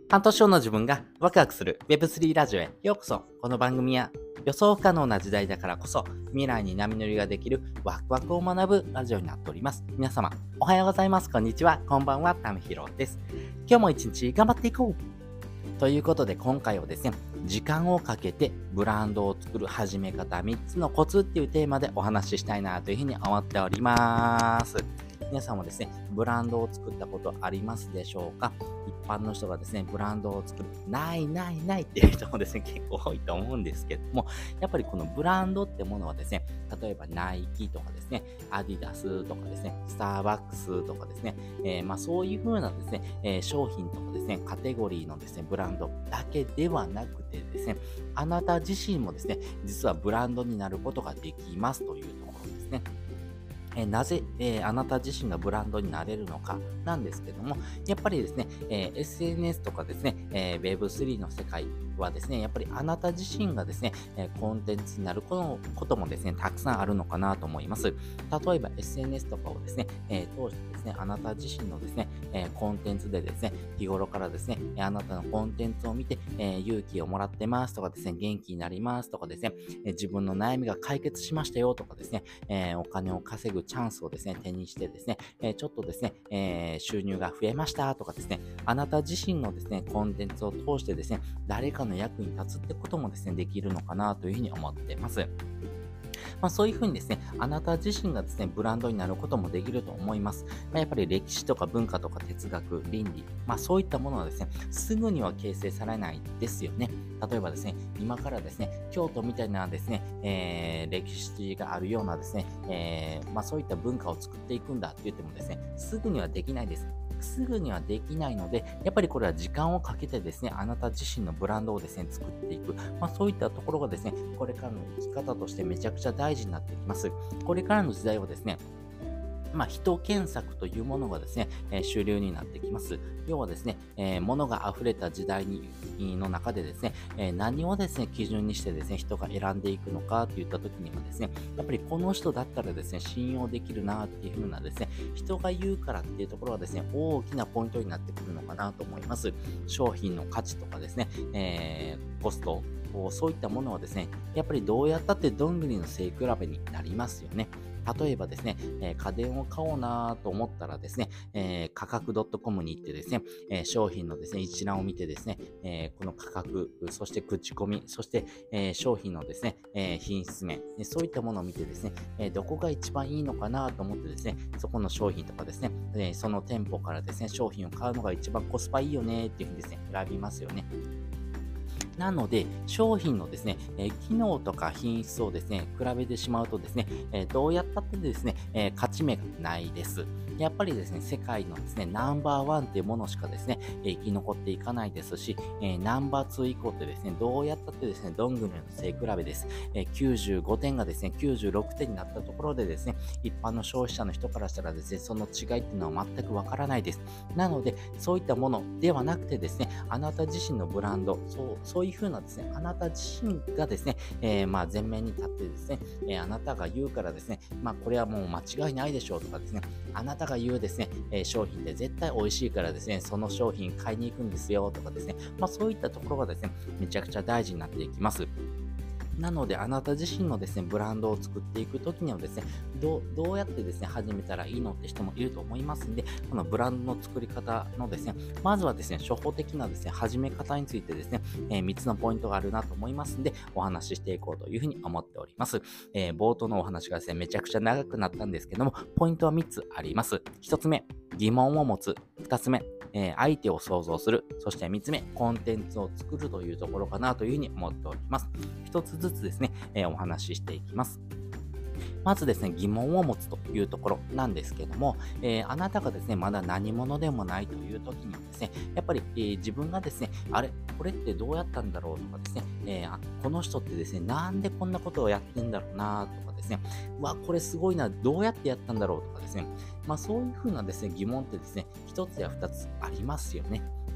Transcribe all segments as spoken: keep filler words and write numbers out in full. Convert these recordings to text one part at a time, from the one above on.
半年後の自分がワクワクする ウェブスリー ラジオへようこそ。この番組は予想不可能な時代だからこそ未来に波乗りができるワクワクを学ぶラジオになっております。皆様おはようございます。こんにちは。こんばんは。ためひろです。今日も一日頑張っていこうということで、今回はですね、時間をかけてブランドを作る始め方みっつのコツっていうテーマでお話ししたいなというふうに思っております。皆さんもですね、ブランドを作ったことありますでしょうか？一般の人がですね、ブランドを作る、ないないないっていう人もですね、結構多いと思うんですけども、やっぱりこのブランドってものはですね、例えばナイキとかですね、アディダスとかですね、スターバックスとかですね、えー、まあそういう風なですね、えー、商品とかですね、カテゴリーのですね、ブランドだけではなくてですね、あなた自身もですね、実はブランドになることができますというところですね。えーなぜ、えーあなた自身がブランドになれるのかなんですけども、やっぱりですね、えー エスエヌエス とかですね、えー ウェブスリー の世界はですね、やっぱりあなた自身がですね、えーコンテンツになることのこともですね、たくさんあるのかなと思います。例えば エスエヌエス とかをですね、えー通してですね、あなた自身のですね、えーコンテンツでですね、日頃からですね、えーあなたのコンテンツを見て、えー勇気をもらってますとかですね、元気になりますとかですね、えー自分の悩みが解決しましたよとかですね、えーお金を稼ぐチャンスをですね、手にしてですね、えーちょっとですね、えー収入が増えましたとかですね、あなた自身のですね、コンテンツを通してですね、誰かの役に立つってこともですね、できるのかなというふうに思っています。まあ、そういうふうにですね、あなた自身がですね、ブランドになることもできると思います。まあ、やっぱり歴史とか文化とか哲学、倫理、まあそういったものはですね、すぐには形成されないですよね。例えばですね、今からですね、京都みたいなですね、えー歴史があるようなですね、えーまあそういった文化を作っていくんだって言ってもですね、すぐにはできないです。すぐにはできないので、やっぱりこれは時間をかけてですね、あなた自身のブランドをですね、作っていく。まあそういったところがですね、これからの生き方としてめちゃくちゃ大事になってきます。これからの時代はですね、まあ、人検索というものがですね、えー主流になってきます。要はですね、えー物が溢れた時代にの中でですね、えー何をですね、基準にしてですね、人が選んでいくのかといった時にはですね、やっぱりこの人だったらですね、信用できるなっていう風なですね、人が言うからっていうところはですね、大きなポイントになってくるのかなと思います。商品の価値とかですね、えーコスト、こうそういったものはですね、やっぱりどうやったってどんぐりの背比べになりますよね。例えばですね、えー家電を買おうなと思ったらですね、えー価格 .com に行ってですね、えー商品のですね、一覧を見てですね、えーこの価格、そして口コミ、そして、えー商品のですね、えー品質面、えーそういったものを見てですね、えーどこが一番いいのかなと思ってですね、そこの商品とかですね、えーその店舗からですね、商品を買うのが一番コスパいいよねっていうふうにですね、選びますよね。なので、商品のですね、えー機能とか品質をですね、比べてしまうとですね、えーどうやったってですね、えー勝ち目がないです。やっぱりですね、世界のですね、ナンバーワンっていうものしかですね、えー生き残っていかないですし、えーナンバーツー以降ってですね、どうやったってですね、どんぐりの背比べです。えーきゅうじゅうごてんがですね、きゅうじゅうろくてんになったところでですね、一般の消費者の人からしたらですね、その違いっていうのは全くわからないです。なので、そういったものではなくてですね、あなた自身のブランド、そう、そういうふうなですね、あなた自身がですね、えーまあ前面に立ってですね、えーあなたが言うからですね、まあこれはもう間違いないでしょうとかですね、あなたが言うですね、えー商品で絶対美味しいからですね、その商品買いに行くんですよとかですね、まあそういったところがですね、めちゃくちゃ大事になっていきます。なので、あなた自身のですね、ブランドを作っていくときにはですね、どう、どうやってですね、始めたらいいのって人もいると思いますんで、このブランドの作り方のですね、まずはですね、初歩的なですね、始め方についてですね、えーみっつのポイントがあるなと思いますんで、お話ししていこうというふうに思っております。えー冒頭のお話がですね、めちゃくちゃ長くなったんですけども、ポイントはみっつあります。ひとつめ、疑問を持つ。ふたつめ、えー相手を想像する。そしてみっつめ、コンテンツを作るというところかなというふうに思っております。一つずつですね、えーお話ししていきます。まずですね、疑問を持つというところなんですけども、えーあなたがですね、まだ何者でもないという時にはですね、やっぱり、えー自分がですね、あれ、これってどうやったんだろうとかですね、えーあこの人ってですね、なんでこんなことをやってんだろうなとかですね、うわ、これすごいな、どうやってやったんだろうとかですね、まあそういうふうなですね、疑問ってですね、一つや二つありますよね。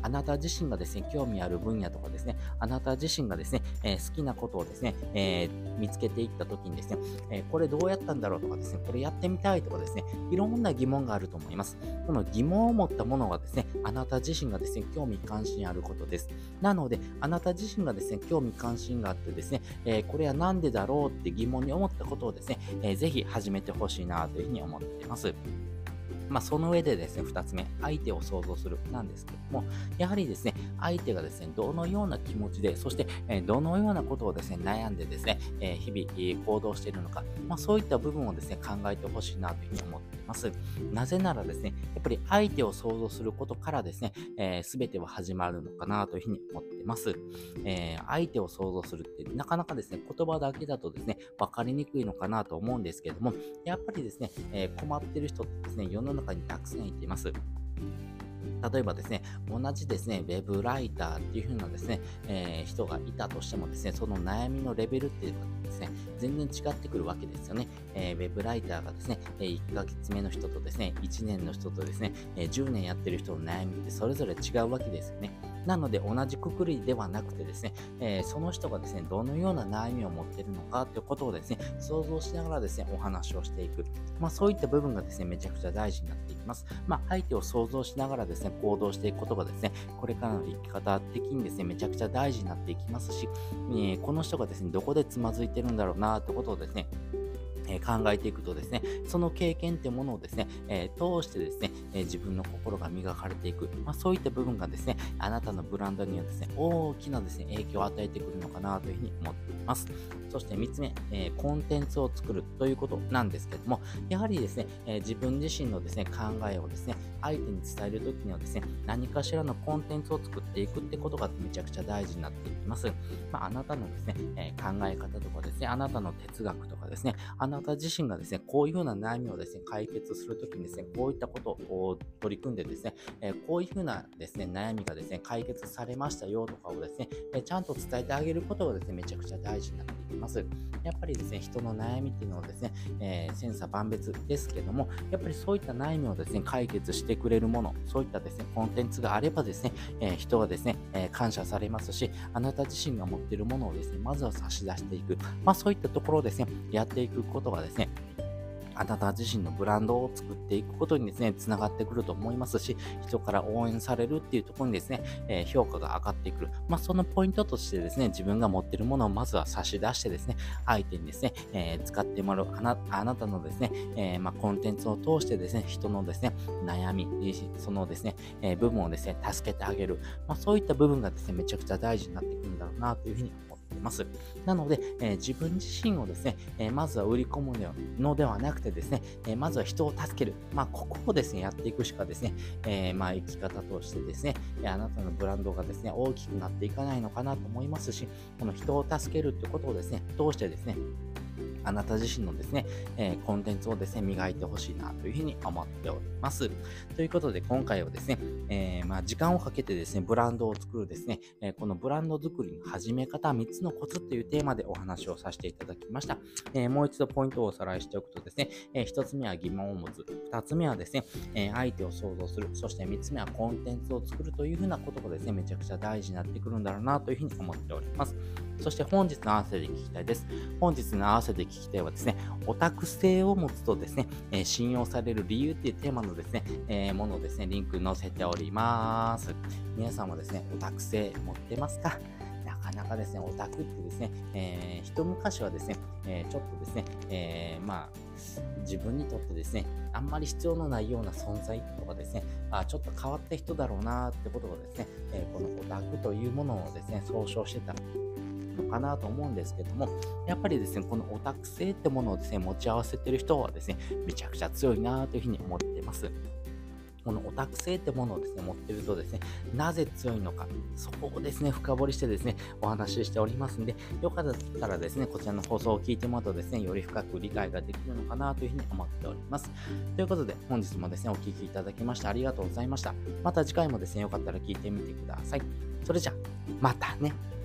あなた自身がですね、興味ある分野とかですね、あなた自身がですね、えー好きなことをですね、えー見つけていった時にですね、えーこれどうやったんだろうとかですね、これやってみたいとかですね、いろんな疑問があると思います。この疑問を持ったものがですね、あなた自身がですね、興味関心あることです。なので、あなた自身がですね、興味関心があってですね、えーこれは何でだろうって疑問に思ったことをですね、えーぜひ始めてほしいなというふうに思っています。まあ、その上でですね、二つ目、相手を想像するなんですけども、やはりですね、相手がですね、どのような気持ちで、そして、えーどのようなことをですね、悩んでですね、えー日々、えー行動しているのか、まあ、そういった部分をですね、考えてほしいなというふうに思っています。なぜならですね、やっぱり相手を想像することからですね、すべては始まるのかなというふうに思っています。えー相手を想像するって、なかなかですね、言葉だけだとですね、わかりにくいのかなと思うんですけれども、やっぱりですね、えー困っている人ってですね、世の中にたくさんいています。例えばですね、同じですね、ウェブライターっていう風なですね、えー人がいたとしてもですね、その悩みのレベルっていうのがですね、全然違ってくるわけですよね。えーウェブライターがですね、えーいっかげつめの人とですね、いちねんの人とですね、えーじゅうねんやってる人の悩みってそれぞれ違うわけですよね。なので同じくくりではなくてですね、えーその人がですね、どのような悩みを持っているのかということをですね、想像しながらですね、お話をしていく。まあそういった部分がですね、めちゃくちゃ大事になっていきます。まあ相手を想像しながらですね、行動していくことがですね、これからの生き方的にですね、めちゃくちゃ大事になっていきますし、えーこの人がですね、どこでつまずいてるんだろうなってことをですね、えー考えていくとですね、その経験ってものをですね、えー通してですね、えー自分の心が磨かれていく、まあ、そういった部分がですね、あなたのブランドにはですね、大きなですね、影響を与えてくるのかなというふうに思っています。そしてみっつめ、えーコンテンツを作るということなんですけども、やはりですね、えー自分自身のですね、考えをですね、相手に伝えるときにはですね、何かしらのコンテンツを作っていくってことがめちゃくちゃ大事になっていきます。まあ、あなたのですね、えー考え方とかですね、あなたの哲学とかですね、あなた自身がですね、こういうふうな悩みをですね、解決するときにですね、こういったことを取り組んでですね、えーこういうふうなですね、悩みがですね、解決されましたよとかをですね、えーちゃんと伝えてあげることがですね、めちゃくちゃ大事になっていきます。やっぱりですね、人の悩みっていうのはですね、えー千差万別ですけども、やっぱりそういった悩みをですね、解決してくれるもの、そういったですね、コンテンツがあればですね、えー人はですね、えー感謝されますし、あなた自身が持っているものをですね、まずは差し出していく。まあそういったところをですね、やっていくことがですね、あなた自身のブランドを作っていくことにですね、つながってくると思いますし、人から応援されるっていうところにですね、えー評価が上がってくる。まあ、そのポイントとしてですね、自分が持っているものをまずは差し出してですね、相手にですね、えー使ってもらう、あなあなたのですね、えーまあ、コンテンツを通してですね、人のですね、悩み、そのですね、えー部分をですね、助けてあげる。まあ、そういった部分がですね、めちゃくちゃ大事になってくるんだろうなというふうに思っています。なので、えー自分自身をですね、えーまずは売り込むのではなくてですね、えーまずは人を助ける。まあ、ここをですね、やっていくしかですね、えーまあ、生き方としてですね、えーあなたのブランドがですね、大きくなっていかないのかなと思いますし、この人を助けるということをですね、通してですね、あなた自身のですね、えーコンテンツをですね、磨いてほしいなというふうに思っております。ということで、今回はですね、えーまあ、時間をかけてですね、ブランドを作るですね、えーこのブランド作りの始め方みっつのコツというテーマでお話をさせていただきました。えーもう一度ポイントをおさらいしておくとですね、えーひとつめは疑問を持つ。ふたつめはですね、えー相手を想像する。そしてみっつめはコンテンツを作るというふうなことがですね、めちゃくちゃ大事になってくるんだろうなというふうに思っております。そして本日の合わせで聞きたいです。本日の合わせで聞きたいはですね、オタク性を持つとですね、えー信用される理由っていうテーマのですね、えーものをですね、リンク載せております。皆さんもですね、オタク性持ってますか？なかなかですね、オタクってですね、えー一昔はですね、えーちょっとですね、えーまあ、自分にとってですね、あんまり必要のないような存在とかですね、あちょっと変わった人だろうなってことがですね、えーこのオタクというものをですね、総称してたのかなと思うんですけども、やっぱりですね、このオタク性ってものをですね、持ち合わせてる人はですね、めちゃくちゃ強いなというふうに思っています。このオタク性ってものをですね、持ってるとですね、なぜ強いのか、そこをですね、深掘りしてですね、お話ししておりますんで、よかったらですね、こちらの放送を聞いてもらうとですね、より深く理解ができるのかなというふうに思っております。ということで、本日もですね、お聞きいただきましてありがとうございました。また次回もですね、よかったら聞いてみてください。それじゃ、またね。